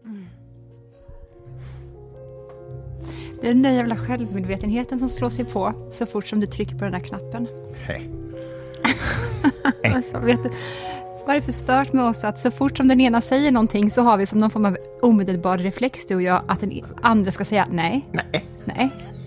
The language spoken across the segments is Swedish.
Det är den där jävla självmedvetenheten som slår sig på så fort som du trycker på den där knappen. Hej. Alltså, vet du, vad är det för stört med oss att så fort som den ena säger någonting så har vi som någon form av omedelbar reflex, du och jag, att den andra ska säga nej. Nej.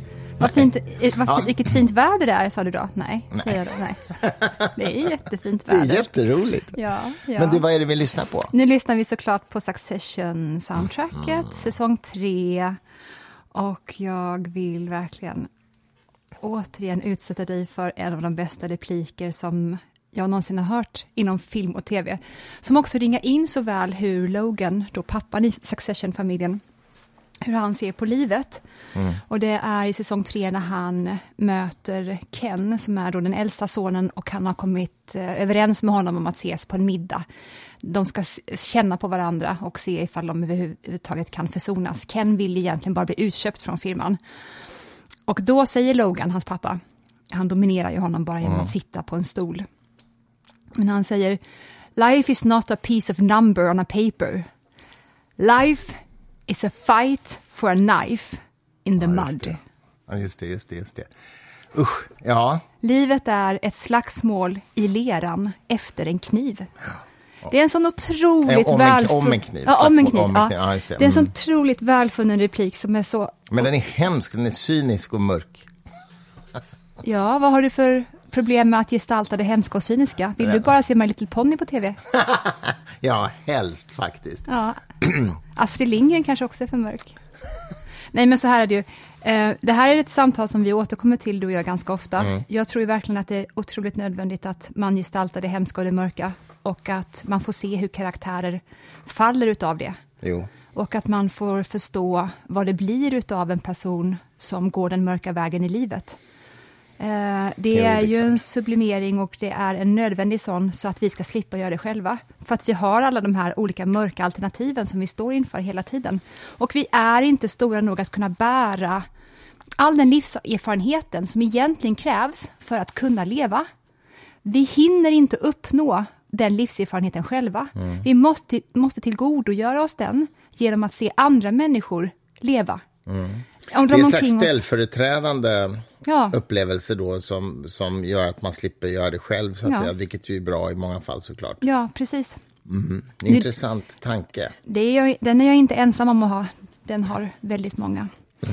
Vilket fint väder det är, sa du då? Nej, säger jag då. Nej. Det är jättefint väder. Det är jätteroligt. Ja. Men du, vad är det vi lyssnar på? Nu lyssnar vi såklart på Succession-soundtracket, säsong 3. Och jag vill verkligen återigen utsätta dig för en av de bästa repliker som jag någonsin har hört inom film och tv. Som också ringar in så väl hur Logan, då pappan i Succession-familjen, hur han ser på livet. Och det är i säsong 3 när han möter Ken, som är då den äldsta sonen, och han har kommit överens med honom om att ses på en middag. De ska känna på varandra och se ifall de överhuvudtaget kan försonas. Ken vill egentligen bara bli utköpt från firman. Och då säger Logan, hans pappa, han dominerar ju honom bara genom att sitta på en stol. Men han säger, life is not a piece of number on a paper. Life is a fight for a knife in the mud. Ja, just det. Usch, ja. Livet är ett slagsmål i leran efter en kniv. Det är en sån otroligt om en kniv. Ja, om en kniv. Ja, just det. Det är en sån otroligt välfunnen replik som är så... Men den är hemsk, den är cynisk och mörk. Ja, vad har du för problem med att gestalta det hemska och cyniska? Vill du bara se My Little Pony på tv? Ja, helst faktiskt. Ja. Astrid Lindgren kanske också är för mörk. Nej, men så här är det ju. Det här är ett samtal som vi återkommer till, du och jag, ganska ofta. Jag tror ju verkligen att det är otroligt nödvändigt att man gestaltar det hemska och det mörka. Och att man får se hur karaktärer faller utav det. Jo. Och att man får förstå vad det blir utav en person som går den mörka vägen i livet. Det är ju en sublimering, och det är en nödvändig sån, så att vi ska slippa göra det själva. För att vi har alla de här olika mörka alternativen som vi står inför hela tiden. Och vi är inte stora nog att kunna bära all den livserfarenheten som egentligen krävs för att kunna leva. Vi hinner inte uppnå den livserfarenheten själva. Vi måste tillgodogöra oss den genom att se andra människor leva. Det är en slags ställföreträdande upplevelse då som gör att man slipper göra det själv, så att säga, vilket ju är bra i många fall såklart. Ja, precis. Intressant tanke. Den är jag inte ensam om att ha. Den har väldigt många.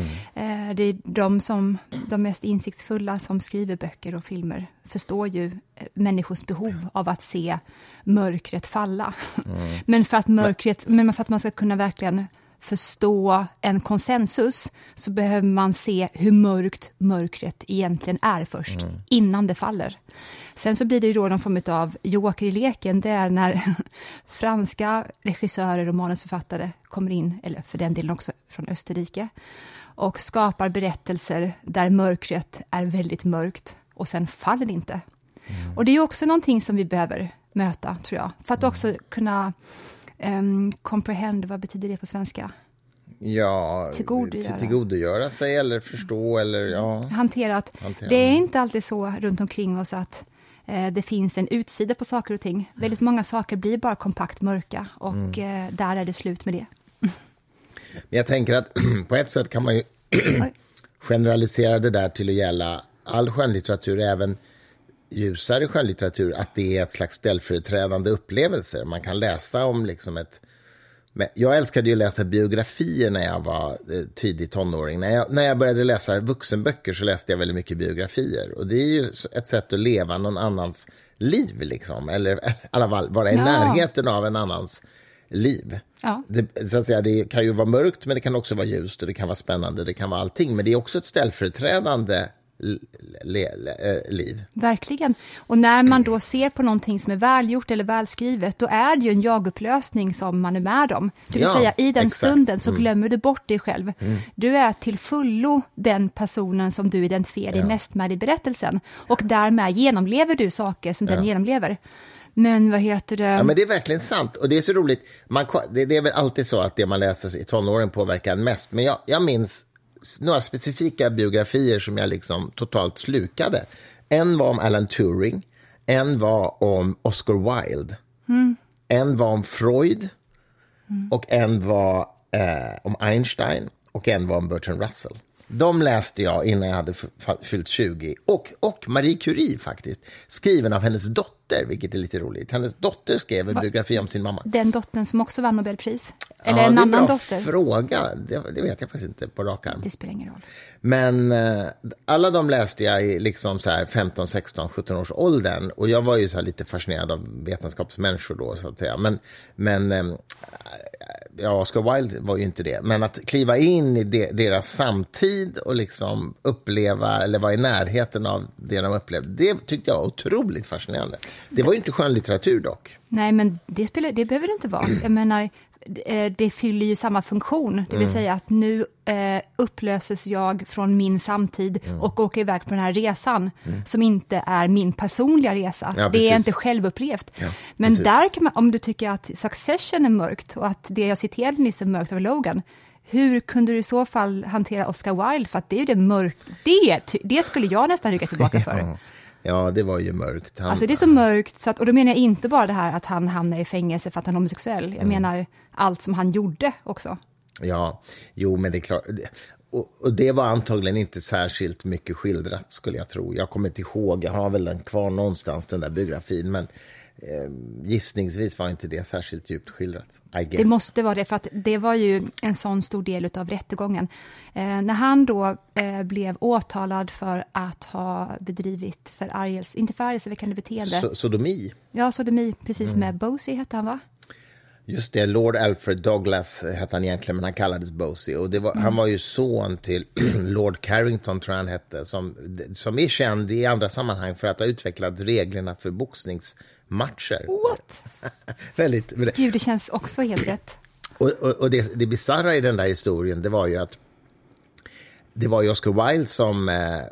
Det är de mest insiktsfulla som skriver böcker och filmer förstår ju människors behov av att se mörkret falla. Men för att man ska kunna verkligen förstå en konsensus så behöver man se hur mörkt mörkret egentligen är först, innan det faller. Sen så blir det ju då någon form av joker i leken. Det är när franska regissörer och manusförfattare kommer in, eller för den delen också från Österrike, och skapar berättelser där mörkret är väldigt mörkt och sen faller det inte. Och det är ju också någonting som vi behöver möta, tror jag, för att också kunna comprehend, vad betyder det på svenska? Ja, tillgodogöra sig eller förstå eller hantera. Det är inte alltid så runt omkring oss att det finns en utsida på saker och ting. Väldigt många saker blir bara kompakt mörka och där är det slut med det. Men jag tänker att på ett sätt kan man ju generalisera det där till att gälla all skönlitteratur, även ljusare skönlitteratur, att det är ett slags ställföreträdande upplevelser. Man kan läsa om liksom jag älskade ju att läsa biografier när jag var tidig tonåring. När jag började läsa vuxenböcker så läste jag väldigt mycket biografier. Och det är ju ett sätt att leva någon annans liv liksom. Eller i alla fall vara i närheten av en annans liv. Ja. Så att säga, det kan ju vara mörkt, men det kan också vara ljust och det kan vara spännande, det kan vara allting. Men det är också ett ställföreträdande liv. Verkligen. Och när man då ser på någonting som är välgjort eller välskrivet, då är det ju en jag-upplösning som man är med om. Det vill säga, i den stunden så glömmer du bort dig själv. Du är till fullo den personen som du identifierar dig mest med i berättelsen. Och därmed genomlever du saker som den genomlever. Men vad heter det? Ja, men det är verkligen sant. Och det är så roligt. Det är väl alltid så att det man läser i tonåren påverkar en mest. Men jag minns några specifika biografier som jag liksom totalt slukade. En var om Alan Turing. En var om Oscar Wilde. En var om Freud. Och en var om Einstein och en var om Bertrand Russell. De läste jag innan jag hade fyllt 20. Och Marie Curie faktiskt. Skriven av hennes dotter, vilket är lite roligt. Hennes dotter skrev en biografi om sin mamma. Den dottern som också vann Nobelpris? Eller en annan dotter? Fråga. Det vet jag faktiskt inte på rak arm. Det spelar ingen roll. Men alla de läste jag i liksom så här 15, 16, 17 års åldern. Och jag var ju så här lite fascinerad av vetenskapsmänniskor då, så att säga. Men Oscar Wilde var ju inte det. Men att kliva in i deras samtid och liksom uppleva eller vara i närheten av det de upplevde, det tyckte jag var otroligt fascinerande. Det var ju inte skönlitteratur dock. Nej, men det behöver det inte vara. Jag menar, det fyller ju samma funktion. Det vill säga att nu upplöses jag från min samtid och åker iväg på den här resan som inte är min personliga resa. Ja, det är inte självupplevt. Ja, men precis. Där kan man, om du tycker att Succession är mörkt och att det jag citerade nyss är mörkt av Logan, hur kunde du i så fall hantera Oscar Wilde? För att det är ju det mörkt. Det skulle jag nästan rygga tillbaka för. Ja, det var ju mörkt. Alltså det är så mörkt, så att, och då menar jag inte bara det här att han hamnar i fängelse för att han är homosexuell. Jag menar allt som han gjorde också. Ja, jo men det är klart. Och det var antagligen inte särskilt mycket skildrat skulle jag tro. Jag kommer inte ihåg, jag har väl den kvar någonstans den där biografin, men gissningsvis var inte det särskilt djupt skildrat. Det måste vara det, för att det var ju en sån stor del av rättegången. När han då blev åtalad för att ha bedrivit förargelseväckande beteende. Sodomi? Ja, sodomi, precis, med Bosie hette han, va? Just det, Lord Alfred Douglas hette han egentligen, men han kallades Bosie. Och han var ju son till Lord Carrington, tror jag han hette, som är känd i andra sammanhang för att ha utvecklat reglerna för boxningsmatcher. What? Väldigt. Gud, det känns också helt rätt. Och det bizarra i den där historien, det var ju att det var ju Oscar Wilde som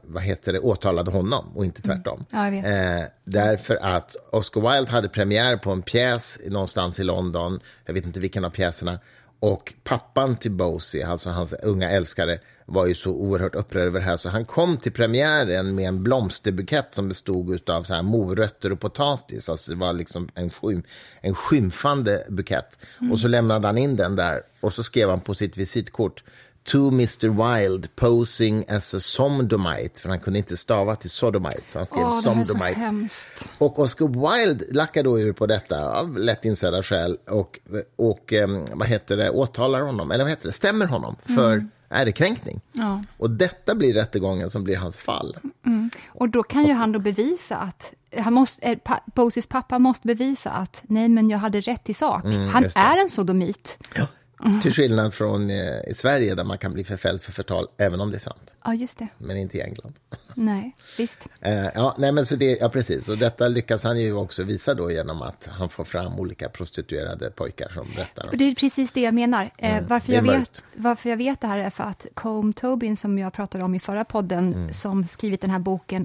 åtalade honom och inte tvärtom. Ja, jag vet. Därför att Oscar Wilde hade premiär på en pjäs någonstans i London. Jag vet inte vilken av pjäserna. Och pappan till Bosie, alltså hans unga älskare, var ju så oerhört upprörd över det här. Så han kom till premiären med en blomsterbukett som bestod av så här morötter och potatis. Alltså det var liksom en skymfande bukett. Och så lämnade han in den där och så skrev han på sitt visitkort: To Mr. Wilde posing as a sodomite, för han kunde inte stava till sodomite, så han skrev sodomite. Det är så hemskt. Och Oscar Wilde lackade då ur på detta av lätt insedda skäl och åtalar honom, eller stämmer honom för ärekränkning. Ja. Och detta blir rättegången som blir hans fall. Och då kan ju han då bevisa att Bosies pappa måste bevisa att nej, men jag hade rätt i sak. Han är en sodomit. Ja. Till skillnad från i Sverige där man kan bli förfälld för förtal även om det är sant. Ja, just det. Men inte i England. Nej, visst. Precis. Och detta lyckas han ju också visa då genom att han får fram olika prostituerade pojkar som berättar. Och det är precis det jag menar. Varför jag vet det här är för att Colm Tobin, som jag pratade om i förra podden, som skrivit den här boken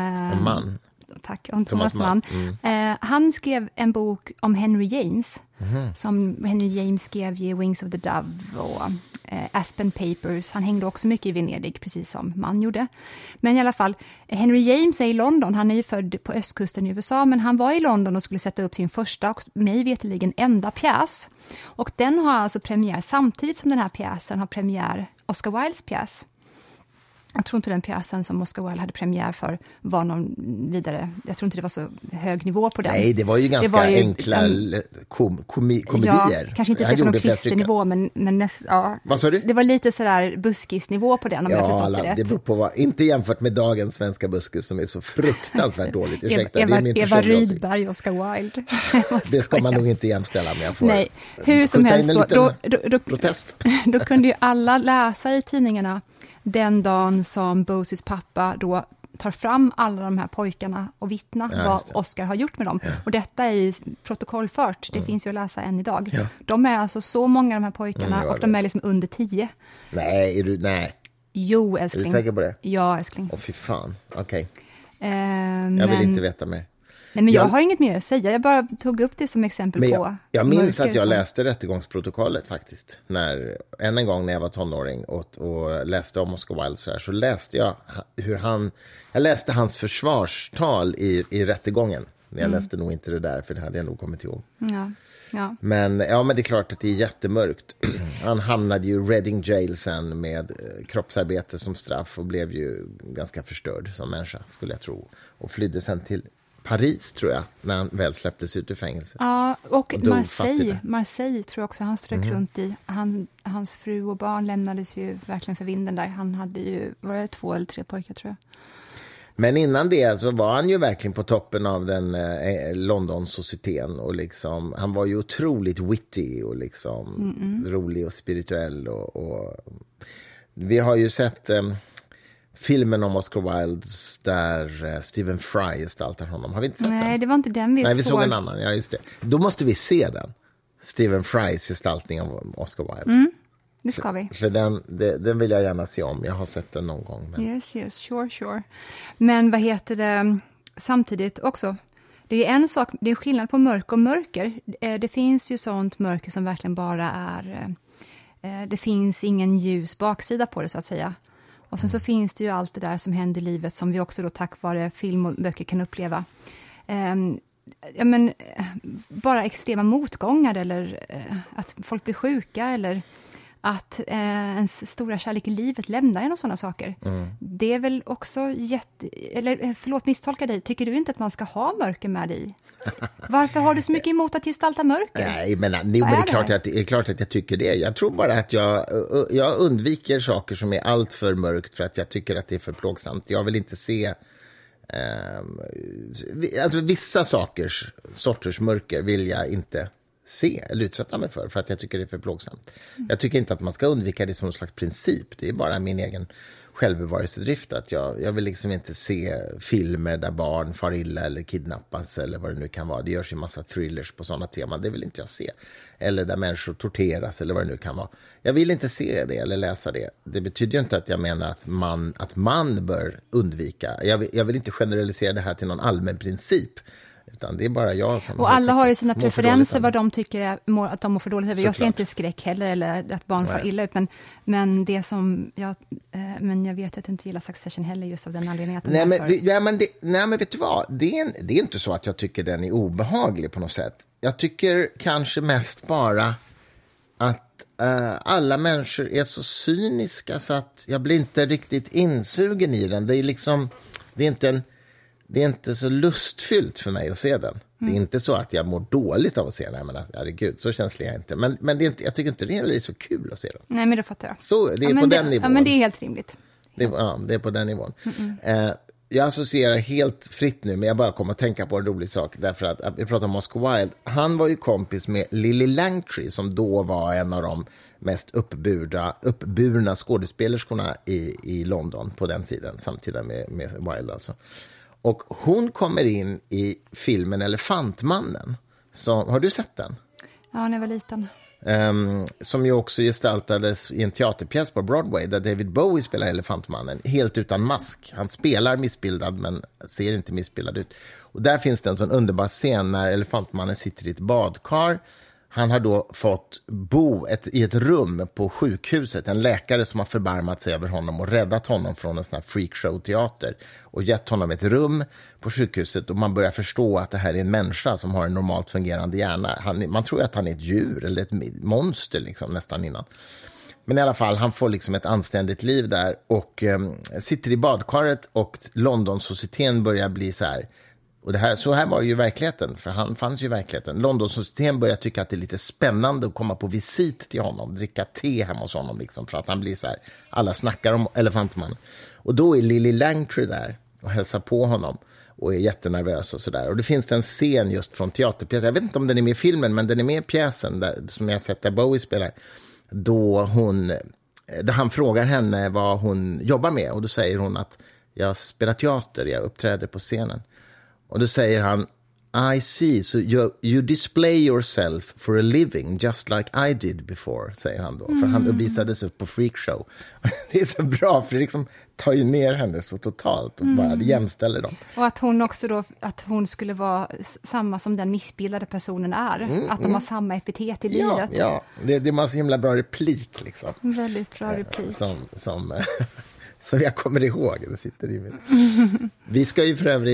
om Thomas Mann. Han skrev en bok om Henry James. Som Henry James skrev i Wings of the Dove och Aspen Papers. Han hängde också mycket i Venedig, precis som Mann gjorde. Men i alla fall, Henry James är i London. Han är ju född på östkusten i USA, men han var i London och skulle sätta upp sin första och mig veteligen enda pjäs. Och den har alltså premiär samtidigt som den här pjäsen har premiär Oscar Wildes pjäs. Jag tror inte den pjäsen som Oscar Wilde hade premiär för var någon vidare. Jag tror inte det var så hög nivå på den. Nej, det var ju ganska enkla komedier. Ja, kanske inte för någon Christer-nivå, men ja. Vad sa du? Det var lite sådär buskisnivå på den, om jag förstått det rätt. Det beror på inte jämfört med dagens svenska buskis som är så fruktansvärt dåligt. Ursäkta, Eva Rydberg och Oscar Wilde. Det ska man nog inte jämställa med. Nej, hur som helst då kunde ju alla läsa i tidningarna den dagen som Bosies pappa då tar fram alla de här pojkarna och vittnar vad Oscar har gjort med dem. Ja. Och detta är ju protokollfört. Det finns ju att läsa än idag. Ja. De är alltså så många, de här pojkarna, och de är liksom under 10. Nej, nej. Jo, älskling. Är du säker på det? Ja, älskling. Fy fan, okej. Jag vill inte veta mer. Nej, men jag har inget mer att säga. Jag bara tog upp det som exempel på... Jag minns att jag läste rättegångsprotokollet faktiskt. En gång när jag var tonåring och läste om Oscar Wilde så läste jag jag läste hans försvarstal i rättegången. Men jag läste nog inte det där, för det hade jag nog kommit ihåg. Ja. Ja. Men det är klart att det är jättemörkt. Han hamnade ju i Reading Jail sen med kroppsarbete som straff och blev ju ganska förstörd som människa, skulle jag tro. Och flydde sen till Paris, tror jag, när han väl släpptes ut ur fängelset. Ja, och Marseille tror jag också han strök runt i. Hans fru och barn lämnades ju verkligen för vinden där. Han hade ju, var det 2 eller 3 pojkar, tror jag. Men innan det så var han ju verkligen på toppen av den London-societeten och liksom, han var ju otroligt witty och liksom rolig och spirituell och vi har ju sett filmen om Oscar Wilde där Stephen Fry gestaltar honom. Har vi inte sett den? Nej, det var inte den vi såg en annan. Ja, just det. Då måste vi se den. Stephen Frys gestaltning av Oscar Wilde. Det ska vi. För den vill jag gärna se om. Jag har sett den någon gång. Men... Yes, sure. Men vad heter det samtidigt också? Det är en sak, det är skillnad på mörker och mörker. Det finns ju sånt mörker som verkligen bara är... Det finns ingen ljus baksida på det, så att säga. Och sen så finns det ju allt det där som händer i livet som vi också då tack vare film och böcker kan uppleva. Bara extrema motgångar eller att folk blir sjuka eller att ens stora kärlek i livet lämnar en och sådana saker. Det är väl också misstolka dig. Tycker du inte att man ska ha mörker med dig? Varför har du så mycket emot att gestalta mörker? Nej, men det är klart att jag tycker det. Jag tror bara att jag undviker saker som är allt för mörkt för att jag tycker att det är för plågsamt. Jag vill inte se vissa sorters mörker vill jag inte se eller utsätta mig för att jag tycker det är för plågsamt. Jag tycker inte att man ska undvika det som en slags princip. Det är bara min egen självbevarelsedrift att jag vill liksom inte se filmer där barn far illa eller kidnappas eller vad det nu kan vara. Det görs ju massa thrillers på sådana teman. Det vill inte jag se. Eller där människor torteras eller vad det nu kan vara. Jag vill inte se det eller läsa det. Det betyder ju inte att jag menar att man bör undvika. Jag vill inte generalisera det här till någon allmän princip. Utan det är bara jag som... Och alla har ju sina preferenser vad de tycker att de mår för dåligt över. Jag ser inte skräck heller eller att barn far illa ut. Men det som men jag vet att jag inte gillar Succession heller just av den anledningen att men vet du vad? Det är inte så att jag tycker den är obehaglig på något sätt. Jag tycker kanske mest bara att alla människor är så cyniska så att jag blir inte riktigt insugen i den. Det är liksom... Det är inte så lustfyllt för mig att se den. Det är inte så att jag mår dåligt av att se den. Men herregud, så känslig är jag inte. Men det är inte, jag tycker inte det är så kul att se den. Nej, men det fattar jag. Så det är på den nivån. Ja, men det är helt rimligt. Det är på den nivån. Jag associerar helt fritt nu, men jag bara kommer att tänka på en rolig sak. Därför att vi pratar om Oscar Wilde. Han var ju kompis med Lily Langtry som då var en av de mest uppburna skådespelerskorna i London på den tiden. Samtidigt med Wilde alltså. Och hon kommer in i filmen Elefantmannen. Har du sett den? Ja, när jag var liten. Som ju också gestaltades i en teaterpjäs på Broadway där David Bowie spelar Elefantmannen helt utan mask. Han spelar missbildad men ser inte missbildad ut. Och där finns det en sån underbar scen när Elefantmannen sitter i ett badkar. Han har då fått bo i ett rum på sjukhuset. En läkare som har förbarmat sig över honom och räddat honom från en sån här freakshow-teater. Och gett honom ett rum på sjukhuset. Och man börjar förstå att det här är en människa som har en normalt fungerande hjärna. Man tror att han är ett djur eller ett monster liksom, nästan innan. Men i alla fall, han får liksom ett anständigt liv där. Och sitter i badkaret och London-societeten börjar bli så här... Och så här var det ju i verkligheten, för han fanns ju i verkligheten. London-societeten börjar tycka att det är lite spännande att komma på visit till honom, dricka te hemma hos honom liksom, för att han blir så här, alla snackar om Elefantmannen. Och då är Lily Langtry där och hälsar på honom och är jättenervös och sådär. Och det finns en scen just från teaterpjäsen, jag vet inte om den är med i filmen, men den är med i pjäsen där, som jag sett där Bowie spelar, där han frågar henne vad hon jobbar med, och då säger hon att jag spelar teater, jag uppträder på scenen. Och då säger han, I see, so you display yourself for a living just like I did before, säger han då. För han visades upp på freakshow. Det är så bra, för det liksom tar ju ner henne så totalt och bara jämställer dem. Och att hon också då, att hon skulle vara samma som den missbildade personen är. Att de har samma epitet i livet. Ja, det är en så himla bra replik liksom. Väldigt bra replik. Som jag kommer ihåg, det sitter i mig. Vi ska ju för övrigt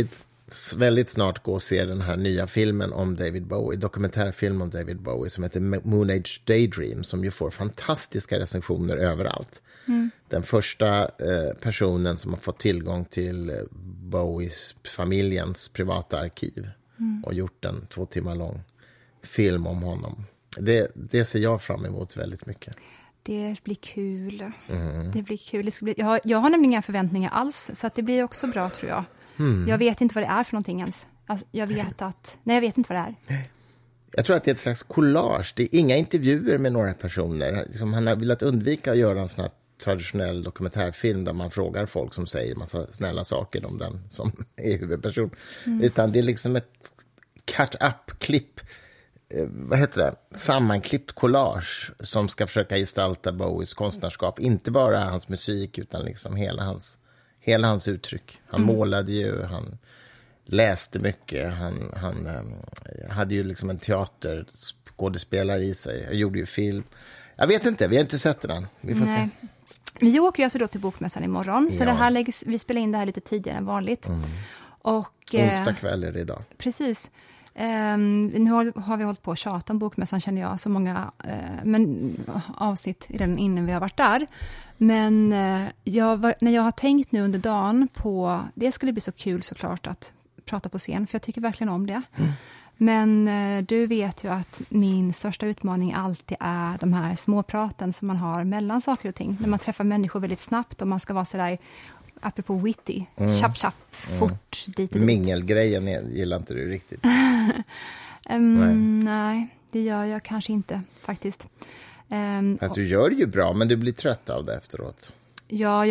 väldigt snart gå och se den här nya filmen om David Bowie, dokumentärfilm om David Bowie som heter Moon Age Daydream, som ju får fantastiska recensioner överallt. Den första personen som har fått tillgång till Bowies familjens privata arkiv och gjort en 2 timmar lång film om honom. Det ser jag fram emot väldigt mycket. Det blir kul. Det blir kul. Det ska bli, jag har nämligen inga förväntningar alls, så att det blir också bra, tror jag. Jag vet inte vad det är för någonting ens. Alltså, jag vet inte vad det är. Jag tror att det är ett slags collage. Det är inga intervjuer med några personer. Liksom, han har velat undvika att göra en sån här traditionell dokumentärfilm där man frågar folk som säger massa snälla saker om den som är huvudperson. Utan det är liksom ett cut-up-klipp, vad heter det? Sammanklippt collage som ska försöka gestalta Bowies konstnärskap. Inte bara hans musik utan liksom hela hans uttryck. Han målade ju, han läste mycket, han hade ju liksom en teaterskådespelare i sig. Han gjorde ju film. Jag vet inte, vi har inte sett den. Vi får se. Vi åker ju alltså då till Bokmässan imorgon. Så det här vi spelar in det här lite tidigare än vanligt. Och, onsdag kväll är det idag. Precis. Nu har vi hållit på att tjata om Bokmässan, känner jag, så många avsnitt redan innan vi har varit där. Men när jag har tänkt nu under dagen på, det skulle bli så kul såklart att prata på scen, för jag tycker verkligen om det. Men du vet ju att min största utmaning alltid är de här småpraten som man har mellan saker och ting. När man träffar människor väldigt snabbt och man ska vara sådär, apropå witty, chap, fort, dit. Mingelgrejen gillar inte du riktigt. Nej, det gör jag kanske inte faktiskt. Fast du gör ju bra, men du blir trött av det efteråt. Ja,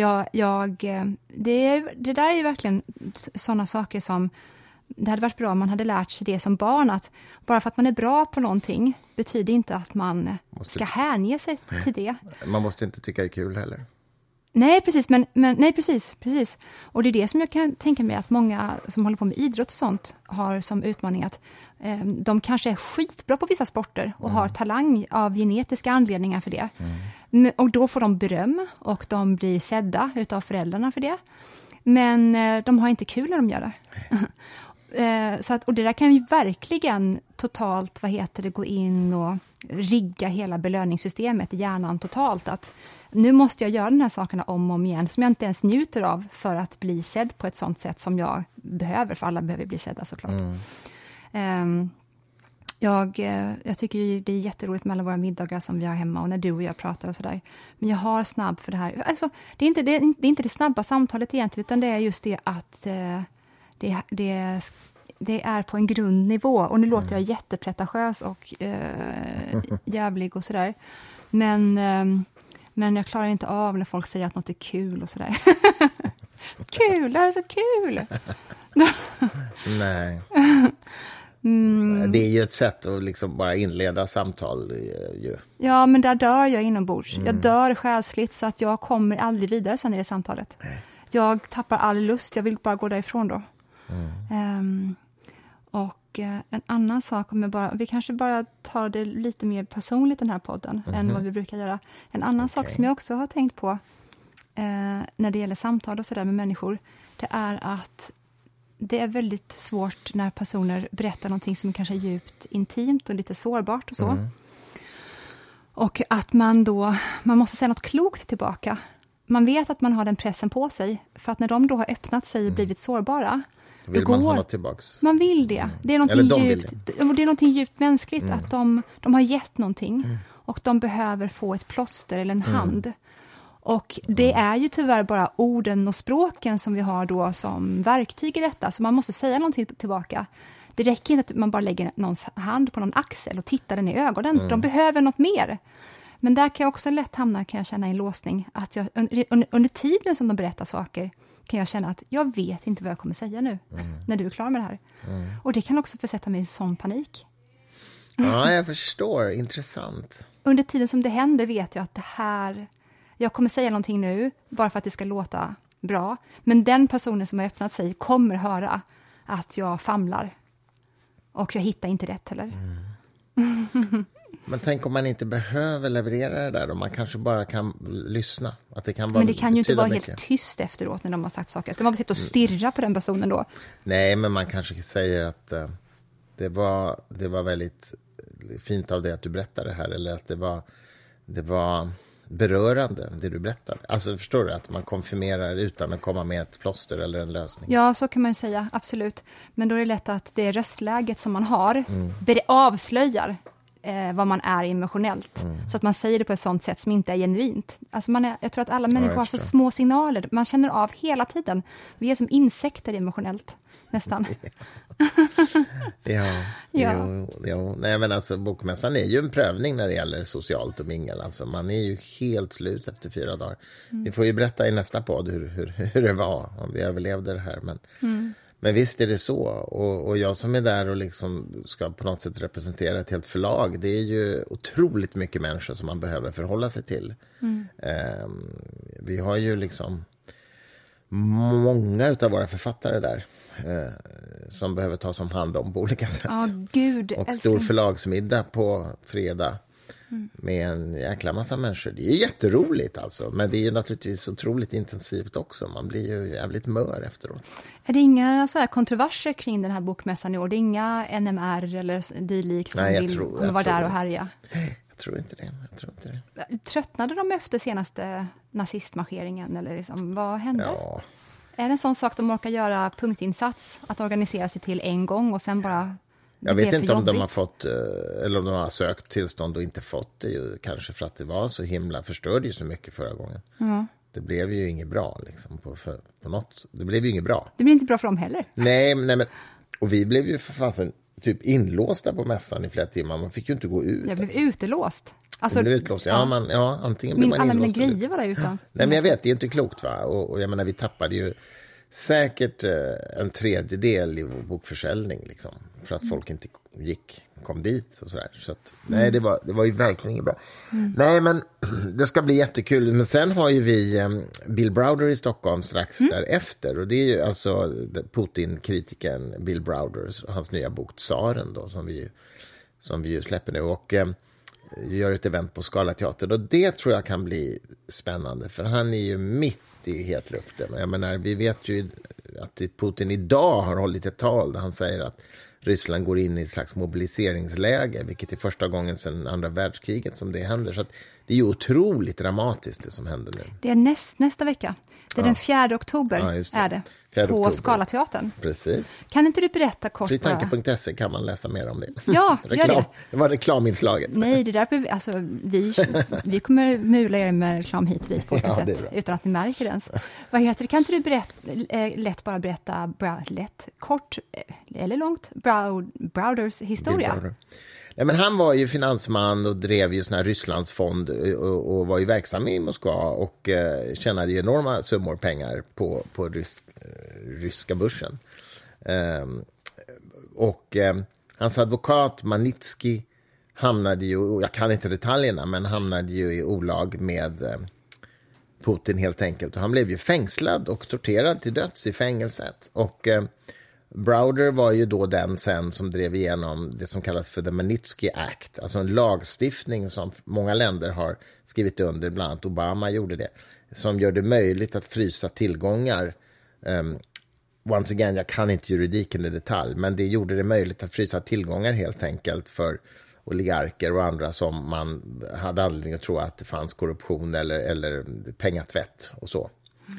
det där är ju verkligen sådana saker som det hade varit bra om man hade lärt sig det som barn, att bara för att man är bra på någonting betyder inte att man ska hänge sig till det. Man måste inte tycka det är kul heller. Nej, precis. Nej, precis. Och det är det som jag kan tänka mig att många som håller på med idrott och sånt har som utmaning, att de kanske är skitbra på vissa sporter och har talang av genetiska anledningar för det. Och då får de beröm och de blir sedda utav föräldrarna för det. Men de har inte kul när de gör det. Och det där kan ju verkligen totalt, gå in och rigga hela belöningssystemet i hjärnan totalt, att nu måste jag göra de här sakerna om och om igen som jag inte ens njuter av för att bli sedd på ett sånt sätt som jag behöver, för alla behöver bli sedda såklart. Jag tycker ju det är jätteroligt med alla våra middagar som vi har hemma och när du och jag pratar och sådär. Men jag har snabb för det här. Alltså, det är inte det snabba samtalet egentligen, utan det är just det att det är på en grundnivå. Och nu låter jag jättepretentiös och jävlig och sådär. Men jag klarar inte av när folk säger att något är kul och sådär. Kul, det här är så kul! Nej. Det är ju ett sätt att liksom bara inleda samtal. Ju. Ja, men där dör jag inombords. Jag dör själsligt så att jag kommer aldrig vidare sen i det samtalet. Jag tappar all lust, jag vill bara gå därifrån då. Och en annan sak, vi kanske bara tar det lite mer personligt den här podden än vad vi brukar göra. En annan sak som jag också har tänkt på när det gäller samtal och sådär med människor, det är att det är väldigt svårt när personer berättar någonting som kanske är djupt intimt och lite sårbart och så. Och att man måste säga något klokt tillbaka. Man vet att man har den pressen på sig, för att när de då har öppnat sig och blivit sårbara, vill man ha något tillbaks. Man vill det. Det är någonting djupt mänskligt att de har gett någonting och de behöver få ett plåster eller en hand. Och det är ju tyvärr bara orden och språken som vi har då som verktyg i detta, så man måste säga någonting tillbaka. Det räcker inte att man bara lägger någons hand på någon axel och tittar den i ögonen. De behöver något mer. Men där kan jag också lätt hamna, kan jag känna, i låsning. Att jag, under tiden som de berättar saker kan jag känna att jag vet inte vad jag kommer säga nu när du är klar med det här. Och det kan också försätta mig i sån panik. Ja, jag förstår. Intressant. Under tiden som det händer vet jag att det här, jag kommer säga någonting nu bara för att det ska låta bra. Men den personen som har öppnat sig kommer höra att jag famlar. Och jag hittar inte rätt heller. Men tänk om man inte behöver leverera det där då. Man kanske bara kan lyssna. Att det kan vara, men det kan ju inte vara mycket. helt tyst efteråt när de har sagt saker. Ska man bara sitta och stirra på den personen då? Nej, men man kanske säger att det var väldigt fint av dig att du berättade det här. Eller att det var berörande det du berättade. Alltså förstår du att man konfirmerar utan att komma med ett plåster eller en lösning. Ja, så kan man ju säga, absolut. Men då är det lätt att det röstläget som man har avslöjar vad man är emotionellt. Så att man säger det på ett sånt sätt som inte är genuint. Alltså jag tror att alla människor har så små signaler. Man känner av hela tiden. Vi är som insekter emotionellt, nästan. Ja. Jo. Nej, men alltså bokmässan är ju en prövning när det gäller socialt och mingel. Alltså, man är ju helt slut efter 4 dagar. Vi får ju berätta i nästa podd hur det var, om vi överlevde det här. Men visst är det så. Och jag som är där och liksom ska på något sätt representera ett helt förlag, det är ju otroligt mycket människor som man behöver förhålla sig till. Vi har ju liksom många utav våra författare där som behöver tas om hand om på olika sätt. Gud, och stor förlagsmiddag på fredag med en jäkla massa människor. Det är ju jätteroligt alltså, men det är ju naturligtvis otroligt intensivt också. Man blir ju jävligt mör efteråt. Är det inga så här kontroverser kring den här bokmässan i år? Det är inga NMR eller dylikt som kommer vara där och härja? Jag tror inte det. Tröttnade de efter senaste nazistmarscheringen? Eller liksom, vad hände? Ja. Är det en sån sak de orkar göra punktinsats? Att organisera sig till en gång och sen bara... Jag vet inte om de har fått, eller om de har sökt tillstånd och inte fått det. Ju, kanske för att det var så himla, förstörde ju så mycket förra gången. Det blev ju inget bra liksom, på något. Det blev ju inget bra. Det blir inte bra för dem heller. Nej, men och vi blev ju för fasen typ inlåsta på mässan i flera timmar. Man fick ju inte gå ut. Jag blev utelåst. Alltså, blev utlåst. Ja, antingen blev man alla inlåst. Alla mina grejer var där utan. Nej, men jag vet, det är inte klokt va. Och jag menar, vi tappade ju säkert en tredjedel i vår bokförsäljning liksom, för att folk inte kom dit och sådär. Så att, nej, det var ju verkligen inget bra. Nej, men det ska bli jättekul. Men sen har ju vi Bill Browder i Stockholm strax därefter. Och det är ju alltså Putin-kritikern Bill Browder, hans nya bok Tsaren då, som vi ju släpper nu. Och gör ett event på Skala teater. Och det tror jag kan bli spännande, för han är ju mitt i hetluften. Jag menar, vi vet ju att Putin idag har hållit ett tal där han säger att Ryssland går in i ett slags mobiliseringsläge, vilket är första gången sedan andra världskriget som det händer. Så att det är ju otroligt dramatiskt det som händer nu. Det är nästa vecka. Det är den 4 oktober är det. På Skalateatern. Precis. Kan inte du berätta kort? Fritanke.se kan man läsa mer om det. Ja, gör det. Det var reklaminslaget. Nej, det där, alltså, vi kommer mula er med reklam hit och dit på ett sätt utan att ni märker det ens. Vad heter det? Kan inte du berätta kort eller långt Browders historia? Nej, men han var ju finansman och drev ju sån här Rysslandsfond och var ju verksam i Moskva och tjänade ju enorma summor pengar på ryska börsen. Hans advokat Magnitsky hamnade ju, jag kan inte detaljerna, men hamnade ju i olag med Putin helt enkelt. Och han blev ju fängslad och torterad till döds i fängelset. Och Browder var ju då den sen som drev igenom det som kallas för The Magnitsky Act, alltså en lagstiftning som många länder har skrivit under, bland annat Obama gjorde det, som gör det möjligt att frysa tillgångar. Once again, jag kan inte juridiken i detalj, men det gjorde det möjligt att frysa tillgångar helt enkelt för oligarker och andra som man hade anledning att tro att det fanns korruption eller pengatvätt och så.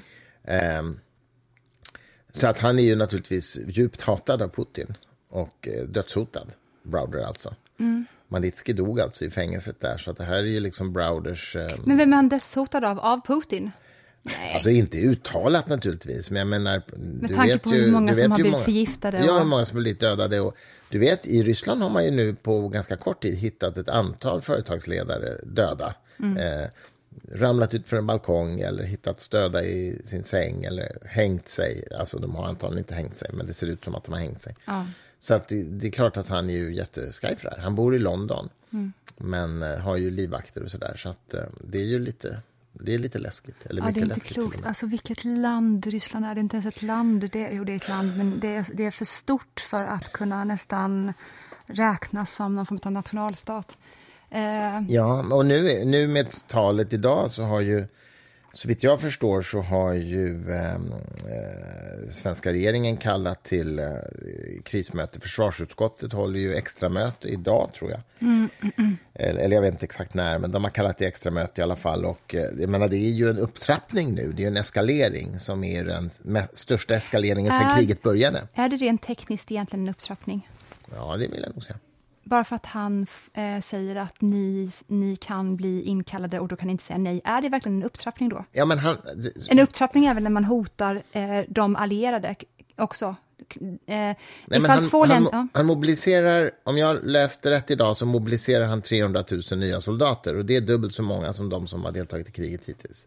Så att han är ju naturligtvis djupt hatad av Putin och dödshotad, Browder alltså. Magnitsky dog alltså i fängelset där, så att det här är ju liksom Browders... Men vem är han dödshotad av Putin? Nej. Alltså inte uttalat naturligtvis, men jag menar... Med tanke på hur många som har blivit förgiftade. Ja, hur många som har blivit dödade. Och du vet, i Ryssland har man ju nu på ganska kort tid hittat ett antal företagsledare döda. Ramlat ut från en balkong eller hittat döda i sin säng eller hängt sig. Alltså de har antagligen inte hängt sig, men det ser ut som att de har hängt sig. Ja. Så att det är klart att han är ju jätteskaj för det här. Han bor i London, men har ju livvakter och sådär. Så att det är ju lite... Det är lite läskigt. Eller mycket det är inte läskigt klokt. Alltså vilket land Ryssland är. Det är inte ens ett land. Det är ett land, men det är för stort för att kunna nästan räknas som någon form av nationalstat. Ja, och nu med talet idag så har ju, så vitt jag förstår, så har ju svenska regeringen kallat till krismöte. Försvarsutskottet håller ju extra möte idag, tror jag. Eller jag vet inte exakt när, men de har kallat det extra möte i alla fall. Och jag menar, det är ju en upptrappning nu, det är en eskalering som är den största eskaleringen sedan kriget började. Är det rent tekniskt egentligen en upptrappning? Ja, det vill jag nog säga. Bara för att han säger att ni kan bli inkallade och då kan ni inte säga nej. Är det verkligen en upptrappning då? Ja, men en upptrappning är väl när man hotar de allierade också. Han mobiliserar, om jag läste rätt idag, så mobiliserar han 300 000 nya soldater. Och det är dubbelt så många som de som har deltagit i kriget hittills.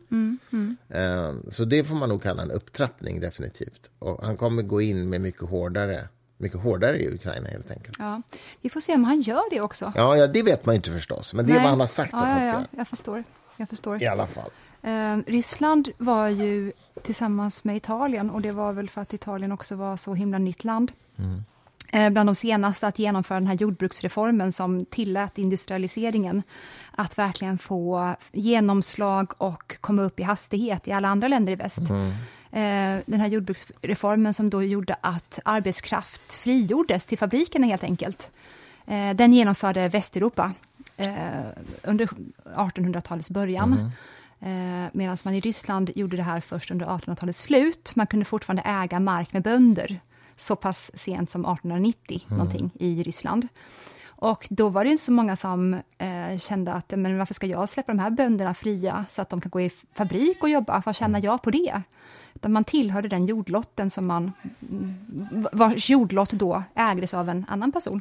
Så det får man nog kalla en upptrappning, definitivt. Och han kommer gå in med mycket hårdare i Ukraina, helt enkelt. Ja, vi får se om han gör det också. Ja, det vet man ju inte förstås. Men det är vad han har sagt att han ska göra. Jag förstår. I alla fall. Ryssland var ju tillsammans med Italien, och det var väl för att Italien också var så himla nytt land. Bland de senaste att genomföra den här jordbruksreformen som tillät industrialiseringen att verkligen få genomslag och komma upp i hastighet i alla andra länder i väst. Den här jordbruksreformen som då gjorde att arbetskraft frigjordes till fabrikerna, helt enkelt. Den genomförde Västeuropa under 1800-talets början. Medan man i Ryssland gjorde det här först under 1800-talets slut. Man kunde fortfarande äga mark med bönder så pass sent som 1890 någonting i Ryssland. Och då var det inte så många som kände att men varför ska jag släppa de här bönderna fria så att de kan gå i fabrik och jobba? Vad tjänar jag på det? Utan man tillhörde den jordlotten som vars jordlott då ägdes av en annan person.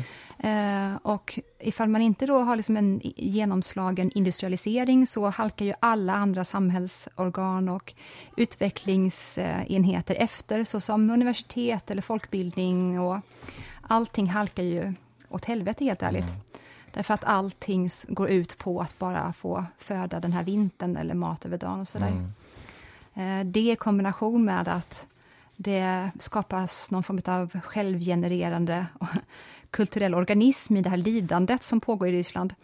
Och ifall man inte då har liksom en genomslagen industrialisering så halkar ju alla andra samhällsorgan och utvecklingsenheter efter, såsom universitet eller folkbildning, och allting halkar ju åt helvete, helt ärligt. Därför att allting går ut på att bara få föda den här vintern eller mat över dagen och sådär. Det i kombination med att det skapas någon form av självgenererande kulturell organism i det här lidandet som pågår i Ryssland.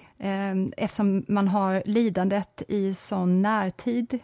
Eftersom man har lidandet i sån närtid,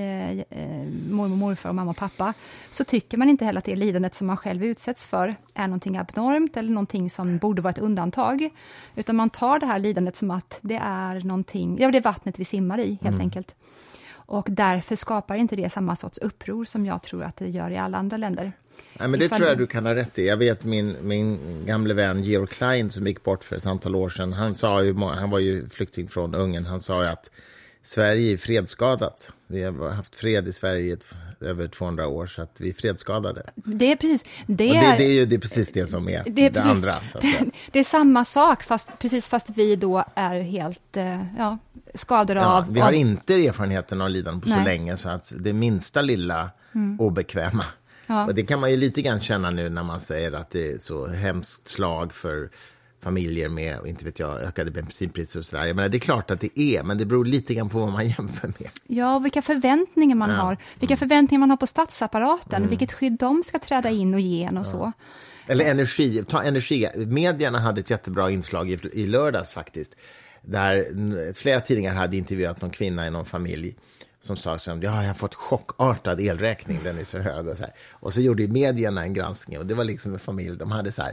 mormor, morfar och mamma och pappa, så tycker man inte heller att det lidandet som man själv utsätts för är någonting abnormt eller någonting som borde vara ett undantag. Utan man tar det här lidandet som att det är någonting, det är vattnet vi simmar i, helt enkelt. Och därför skapar inte det samma sorts uppror som jag tror att det gör i alla andra länder. Nej, men det tror jag du kan ha rätt i. Jag vet min gamle vän Georg Klein som gick bort för ett antal år sedan. Han var ju flykting från Ungern. Han sa ju att Sverige är fredsskadat. Vi har haft fred i Sverige över 200 år, så att vi är fredsskadade. Det är precis det är precis det som är det precis, andra. Så att det är samma sak, fast vi då är helt skadade av... Vi har inte erfarenheten av lidande på så länge, så att det minsta lilla obekväma. Ja. Och det kan man ju lite grann känna nu när man säger att det är så hemskt slag för familjer med, inte vet jag, ökade bensinpriser och sådär. Jag menar, det är klart att det är, men det beror lite grann på vad man jämför med. Ja, vilka förväntningar man har. Vilka förväntningar man har på statsapparaten. Vilket skydd de ska träda in och ge och så. Eller energi. Medierna hade ett jättebra inslag i lördags faktiskt. Där flera tidningar hade intervjuat någon kvinna i någon familj som sa som, jag har fått chockartad elräkning, den är så hög och så här. Och så gjorde medierna en granskning och det var liksom en familj, de hade så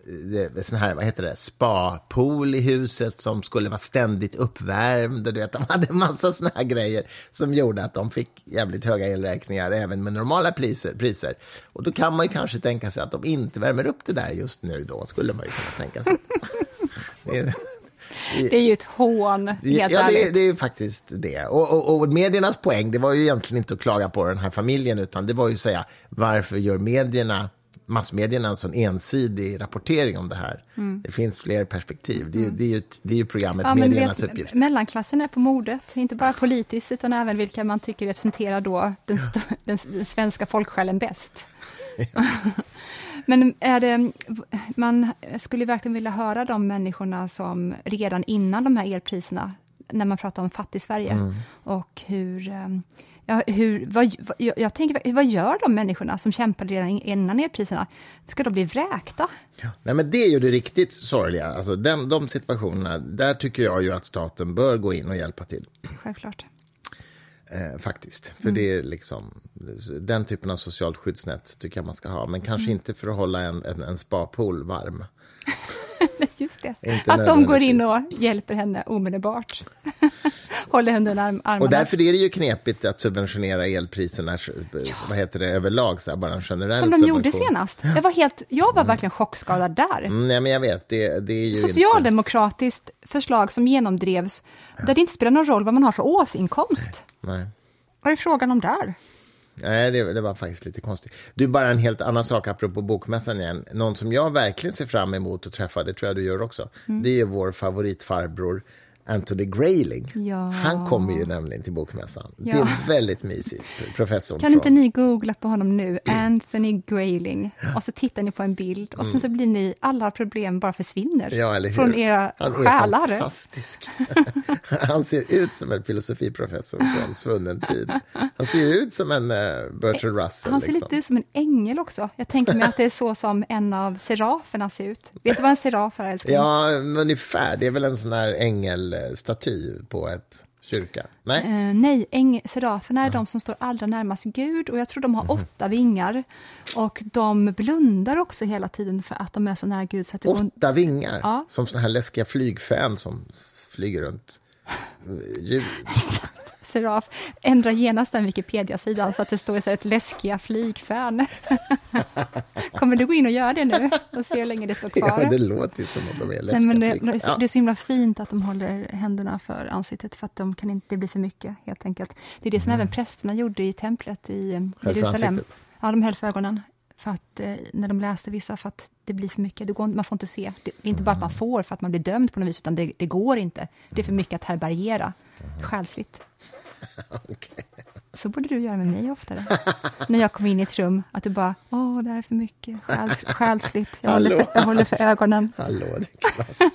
här, vad heter det, spa-pool i huset som skulle vara ständigt uppvärmd, och du vet, de hade en massa såna här grejer som gjorde att de fick jävligt höga elräkningar även med normala priser. Och då kan man ju kanske tänka sig att de inte värmer upp det där just nu, då skulle man ju kunna tänka sig. Det är ju ett hån, helt ärligt. Det är faktiskt det. Och mediernas poäng, det var ju egentligen inte att klaga på den här familjen, utan det var ju att säga, varför gör massmedierna en sån ensidig rapportering om det här? Det finns fler perspektiv. Det är ju programmet mediernas uppgift. Mellanklassen är på modet, inte bara politiskt utan även vilka man tycker representerar då den svenska folksjälen bäst. Ja. Men man skulle verkligen vilja höra de människorna som redan innan de här elpriserna när man pratar om fattig Sverige. Och jag tänker, vad gör de människorna som kämpar redan innan elpriserna? Ska de bli vräkta? Ja. Nej, men det är ju det riktigt sorgliga. Alltså de situationerna, där tycker jag ju att staten bör gå in och hjälpa till. Självklart. Faktiskt. För det är liksom den typen av socialt skyddsnät tycker jag man ska ha. Men kanske inte för att hålla en spapool varm. Just det. Att de går in och hjälper henne omedelbart. Håller henne under armarna. Och därför är det ju knepigt att subventionera elpriserna överlag. Så här, bara en generell som de gjorde senast. Jag var verkligen chockskadad där. Nej, men jag vet. Det är ju socialdemokratiskt förslag som genomdrevs där det inte spelar någon roll vad man har för årsinkomst. Nej. Vad är frågan om där? Nej, det var faktiskt lite konstigt. Du, bara en helt annan sak apropå bokmässan igen. Någon som jag verkligen ser fram emot att träffa, det tror jag du gör också. Det är ju vår favoritfarbror Anthony Grayling. Ja. Han kommer ju nämligen till bokmässan. Ja. Det är väldigt mysigt. Professorn kan inte ni googla på honom nu? Anthony Grayling. Och så tittar ni på en bild. Och sen så blir ni, alla problem bara försvinner. Ja, eller hur? Från era själar. Han är fantastisk. Han ser ut som en filosofiprofessor från svunnen tid. Han ser ut som en Bertrand Russell. Han ser lite ut som en ängel också. Jag tänker mig att det är så som en av seraferna ser ut. Vet du vad en seraf är, älskling? Ja, ungefär. Det är väl en sån här staty på ett kyrka? Nej, nej, seraferna är de som står allra närmast Gud, och jag tror de har 8 vingar, och de blundar också hela tiden för att de är så nära Gud. Så att 8 vingar? Ja. Som såna här läskiga flygfän som flyger runt djur. Seraf, ändra genast den Wikipedia-sidan så att det står så ett läskiga flygfän. Kommer du gå in och göra det nu och se hur länge det står kvar? Ja, det låter ju som att de är läskiga. Nej, men det är så himla fint att de håller händerna för ansiktet, för att de kan inte, det blir för mycket helt enkelt. Det är det som även prästerna gjorde i templet i Jerusalem. Ja, de höll för ögonen. För att när de läste vissa, för att det blir för mycket, man får inte se. Det är inte bara att man får för att man blir dömd på något vis, utan det går inte. Det är för mycket att härbärgera. Själsligt. Okay. Så borde du göra med mig oftare. När jag kommer in i ett rum, att du bara, det här är för mycket. Själsligt. Jag håller för ögonen. Hallå, det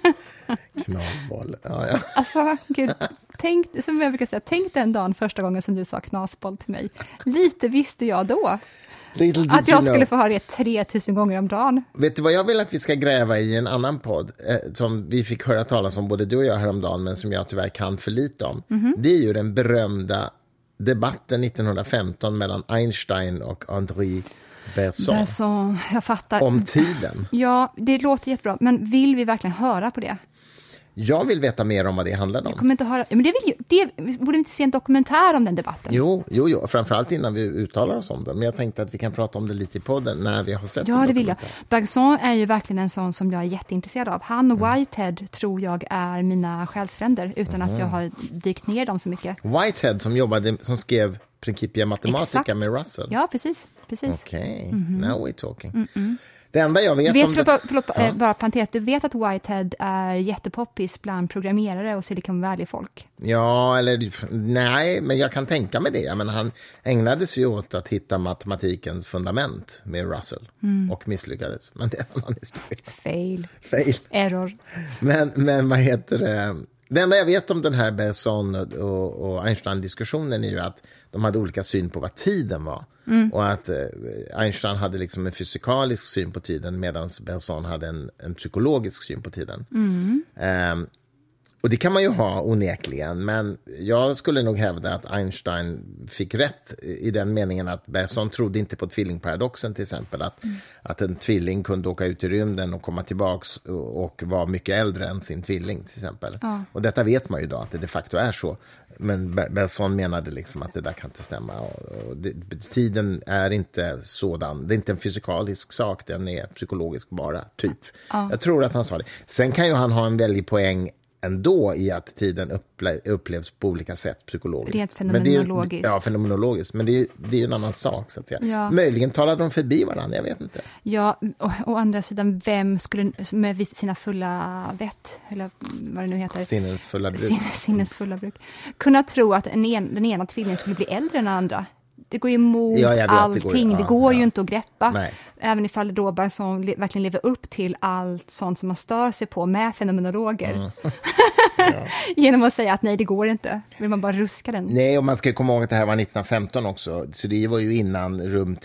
är knasboll. Ja. Alltså, gud, som jag brukar säga, tänk den dagen första gången som du sa knasboll till mig. Lite visste jag då. Att jag skulle få ha det 3000 gånger om dagen. Vet du vad jag vill att vi ska gräva i en annan podd som vi fick höra talas om både du och jag häromdagen, men som jag tyvärr kan för lite om. Det är ju den berömda debatten 1915 mellan Einstein och Henri Bergson. Jag fattar. Om tiden. Ja, det låter jättebra, men vill vi verkligen höra på det? Jag vill veta mer om vad det handlar om. Jag kommer inte höra. Men vi borde inte se en dokumentär om den debatten. Jo, framförallt innan vi uttalar oss om det. Men jag tänkte att vi kan prata om det lite i podden när vi har sett det. Ja, det vill jag. Bergson är ju verkligen en sån som jag är jätteintresserad av. Han och Whitehead tror jag är mina själsfränder, utan att jag har dykt ner dem så mycket. Whitehead som skrev Principia Mathematica med Russell. Ja, precis. Okej, now we're talking. Det enda jag vet bara parentes, du vet att Whitehead är jättepoppis bland programmerare och Silicon Valley-folk? Ja, nej, men jag kan tänka mig det. Men han ägnade sig åt att hitta matematikens fundament med Russell och misslyckades. Men det är en annan historia. Fail. Error. Men vad heter det? Det enda jag vet om den här Bergson och Einstein-diskussionen är ju att de hade olika syn på vad tiden var. Och att Einstein hade liksom en fysikalisk syn på tiden, medan Bergson hade en psykologisk syn på tiden. Och det kan man ju ha onekligen, men jag skulle nog hävda att Einstein fick rätt i den meningen att Bergson trodde inte på tvillingparadoxen till exempel, att en tvilling kunde åka ut i rymden och komma tillbaks och vara mycket äldre än sin tvilling till exempel. Ja. Och detta vet man ju då att det de facto är så, men Bergson menade liksom att det där kan inte stämma, och tiden är inte sådan, det är inte en fysikalisk sak, den är psykologisk bara, typ. Ja. Jag tror att han sa det. Sen kan ju han ha en väldig poäng ändå i att tiden upplevs på olika sätt psykologiskt. Rent fenomenologiskt. Fenomenologiskt. Men det är ju en annan sak, så att säga. Ja. Möjligen talar de förbi varandra, jag vet inte. Ja, och å andra sidan, vem skulle med sina fulla vett, eller vad det nu heter, sinnesfulla bruk, kunna tro att den ena tvillingen skulle bli äldre än den andra? det går emot allting. Det går ju inte att greppa. Nej. Även ifall det då bara som verkligen lever upp till allt sånt som man stör sig på med fenomenologer. Genom att säga att nej, det går inte. Vill man bara ruska den. Nej, och man ska komma ihåg att det här var 1915 också. Så det var ju innan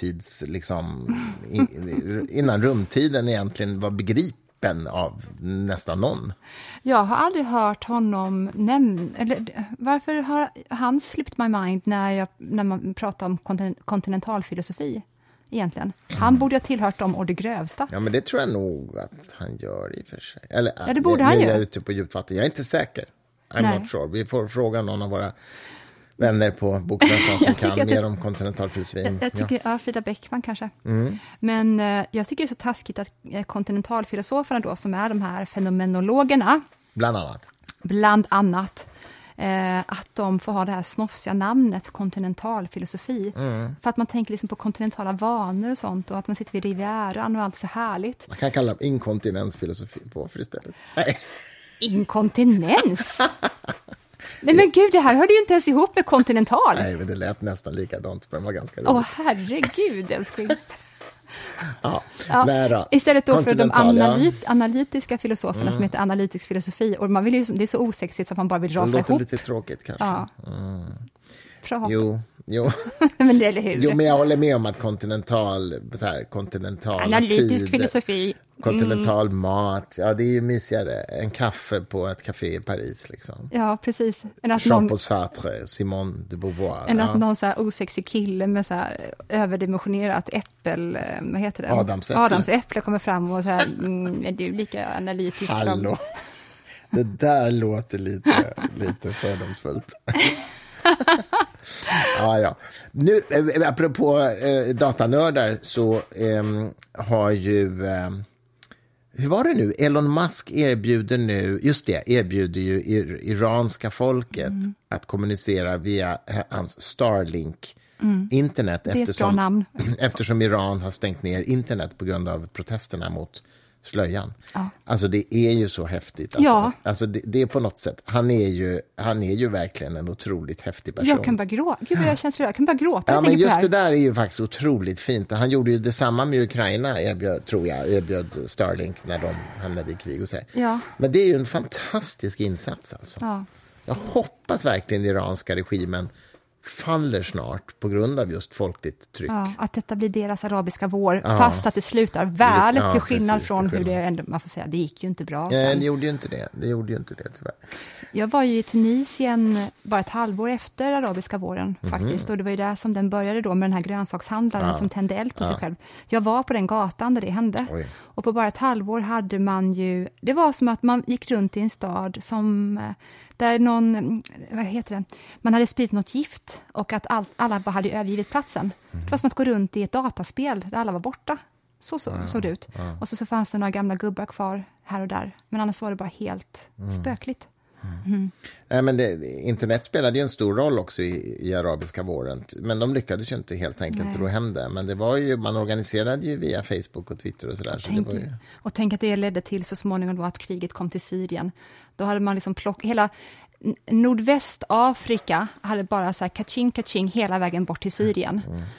innan rumtiden egentligen var begripen av nästan någon. Jag har aldrig hört honom varför har han slipped my mind när man pratar om kontinentalfilosofi egentligen? Han borde ha tillhört dem och det grövsta. Ja, men det tror jag nog att han gör i och för sig. Eller, ja, det borde han ju. Jag är ute på djupt vatten. Jag är inte säker. I'm not sure. Vi får fråga någon av våra vänner på Bokmässan som kan mer om kontinentalfilosofin. Jag tycker, Frida Bäckman kanske. Men jag tycker det är så taskigt att kontinentalfilosoferna då, som är de här fenomenologerna, bland annat att de får ha det här snofsiga namnet kontinentalfilosofi. För att man tänker liksom på kontinentala vanor och sånt, och att man sitter vid Rivieran och allt så härligt. Man kan kalla dem inkontinensfilosofi för istället. Nej. Inkontinens? Nej men gud, det här hörde ju inte ens ihop med kontinental. Nej, men det lät nästan likadant, men det var ganska roligt. Herregud, älskling. Nära. Istället då för de analytiska filosoferna som heter analytisk filosofi. Och man vill ju, det är så osexigt så att man bara vill rasa ihop. Det låter lite tråkigt kanske. Ja. Jo. Men det är hur. Jo, men jag håller med om att kontinental analytisk filosofi. Kontinental mat, ja, det är ju mysigare. En kaffe på ett café i Paris liksom. Ja, precis. Jean-Paul Sartre, Simone de Beauvoir. Än att någon så här osexig kille med så här överdimensionerat vad heter det? Adamsäpple kommer fram och så här, är du lika analytisk som... Det där låter lite fördomsfullt. Ja. Nu, apropå datanördar, så har ju... hur var det nu? Elon Musk erbjuder ju iranska folket att kommunicera via hans Starlink internet, eftersom Iran har stängt ner internet på grund av protesterna mot slöjan. Ja. Alltså det är ju så häftigt. Alltså det är på något sätt. Han är ju verkligen en otroligt häftig person. Jag kan bara gråta. Gud, jag kan bara gråta. Ja, men just det där är ju faktiskt otroligt fint. Han gjorde ju detsamma med Ukraina, erbjöd Starlink när de hamnade i krig och så. Ja. Men det är ju en fantastisk insats alltså. Ja. Jag hoppas verkligen iranska regimen faller snart på grund av just folkligt tryck. Ja, att detta blir deras arabiska vår, fast att det slutar väl, till skillnad från hur det ändå, man får säga, det gick ju inte bra. Ja, det gjorde ju inte det tyvärr. Jag var ju i Tunisien bara ett halvår efter arabiska våren faktiskt, och det var ju där som den började då med den här grönsakshandlaren som tände eld på sig själv. Jag var på den gatan där det hände. Oj. Och på bara ett halvår hade man ju, det var som att man gick runt i en stad som där man hade spridit något gift och att alla bara hade övergivit platsen. Det var som att gå runt i ett dataspel där alla var borta. Så såg det ut. Och så fanns det några gamla gubbar kvar här och där. Men annars var det bara helt spökligt. Nej, men internet spelade ju en stor roll också i arabiska våren. Men de lyckades ju inte helt enkelt ro hem det. Men det var ju, man organiserade ju via Facebook och Twitter och sådär. Och tänk att det ledde till så småningom då att kriget kom till Syrien. Då hade man liksom hela Nordvästafrika hade bara så här kaching hela vägen bort till Syrien.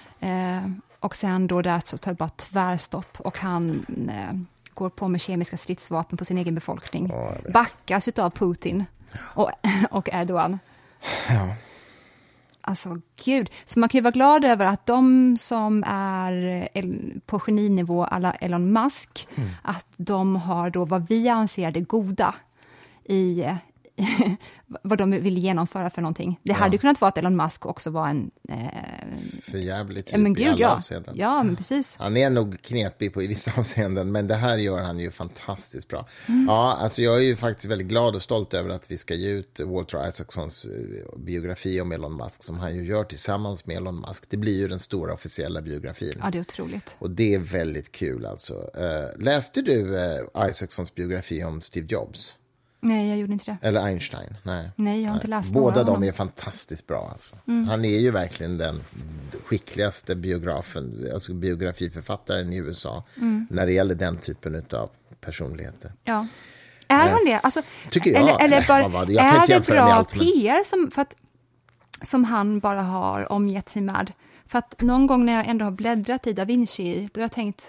Och sen då där så tar det bara tvärstopp och han går på med kemiska stridsvapen på sin egen befolkning. Backas utav Putin och Erdogan. Ja. Alltså gud. Så man kan ju vara glad över att de som är på geninivå alla Elon Musk, att de har då vad vi anser det goda i vad de vill genomföra för någonting. Det hade ju kunnat vara att Elon Musk också var en för jävligt men gud, ja, men precis. Han är nog knepig i vissa avseenden, men det här gör han ju fantastiskt bra. Ja, alltså jag är ju faktiskt väldigt glad och stolt över att vi ska ge ut Walter Isaacsons biografi om Elon Musk, som han ju gör tillsammans med Elon Musk. Det blir ju den stora officiella biografin. Ja, det är otroligt. Och det är väldigt kul alltså. Läste du Isaacsons biografi om Steve Jobs? Nej, jag gjorde inte det. Eller Einstein, nej jag har inte läst båda de är fantastiskt bra alltså. Han är ju verkligen den skickligaste biografiförfattaren i USA när det gäller den typen av personligheter. Ja. Är han det? Alltså, tycker jag. Eller bara, är det bra PR som han bara har omgett sig med? För att någon gång när jag ändå har bläddrat i Da Vinci, då har jag tänkt,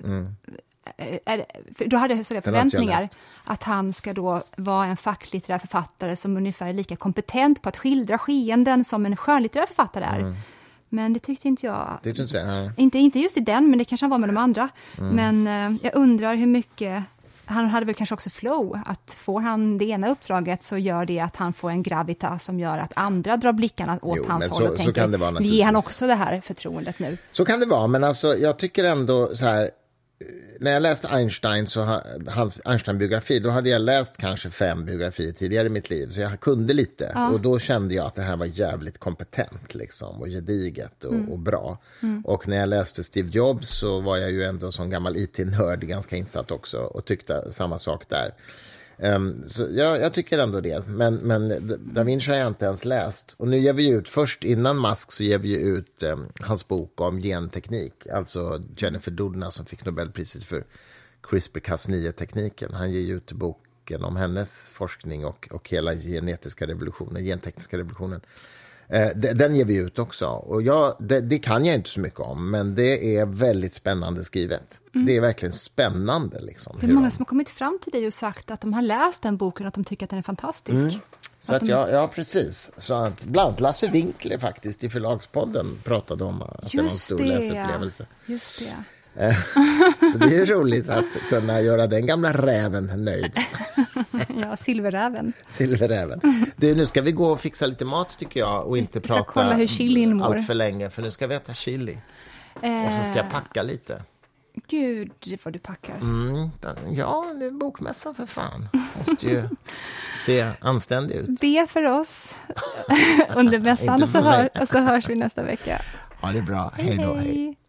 då hade jag förväntningar att han ska då vara en facklitterär författare som ungefär är lika kompetent på att skildra skeenden som en skönlitterär författare är. Men det tyckte inte jag. Det tyckte det? Inte just i den, men det kanske han var med de andra. Men jag undrar hur mycket. Han hade väl kanske också flow, att får han det ena uppdraget så gör det att han får en gravita som gör att andra drar blickarna åt hans håll och tänker, ger han också det här förtroendet nu? Så kan det vara, men alltså jag tycker ändå så här, när jag läste Einstein, hans Einstein-biografi, då hade jag läst kanske 5 biografier tidigare i mitt liv, så jag kunde lite. Ja. Och då kände jag att det här var jävligt kompetent liksom, och gediget och bra. Och när jag läste Steve Jobs så var jag ju ändå som gammal IT-nörd ganska insatt också och tyckte samma sak där. Så jag tycker ändå det. Men Da Vinci har jag inte ens läst. Och nu ger vi ut, först innan Musk så ger vi ut hans bok om genteknik. Alltså Jennifer Doudna som fick Nobelpriset för CRISPR-Cas9-tekniken. Han ger ut boken om hennes forskning och hela gentekniska revolutionen. Den ger vi ut också. Och det kan jag inte så mycket om, men det är väldigt spännande skrivet. Det är verkligen spännande. Liksom, det är många som har kommit fram till dig och sagt att de har läst den boken och att de tycker att den är fantastisk. Så att ja, precis. Så att bland annat Lasse Winkler faktiskt i Förlagspodden pratade om att det var en stor läsupplevelse. Just det. Så det är roligt att kunna göra den gamla räven nöjd. Ja, silverräven. Du, nu ska vi gå och fixa lite mat tycker jag och inte prata allt för länge, för nu ska vi äta chili. Och så ska jag packa lite. Gud, vad du packar. Ja, det är bokmässan för fan. Måste ju se anständig ut. Be för oss under mässan och så hörs vi nästa vecka. Ja, det är bra. Hej då. Hej.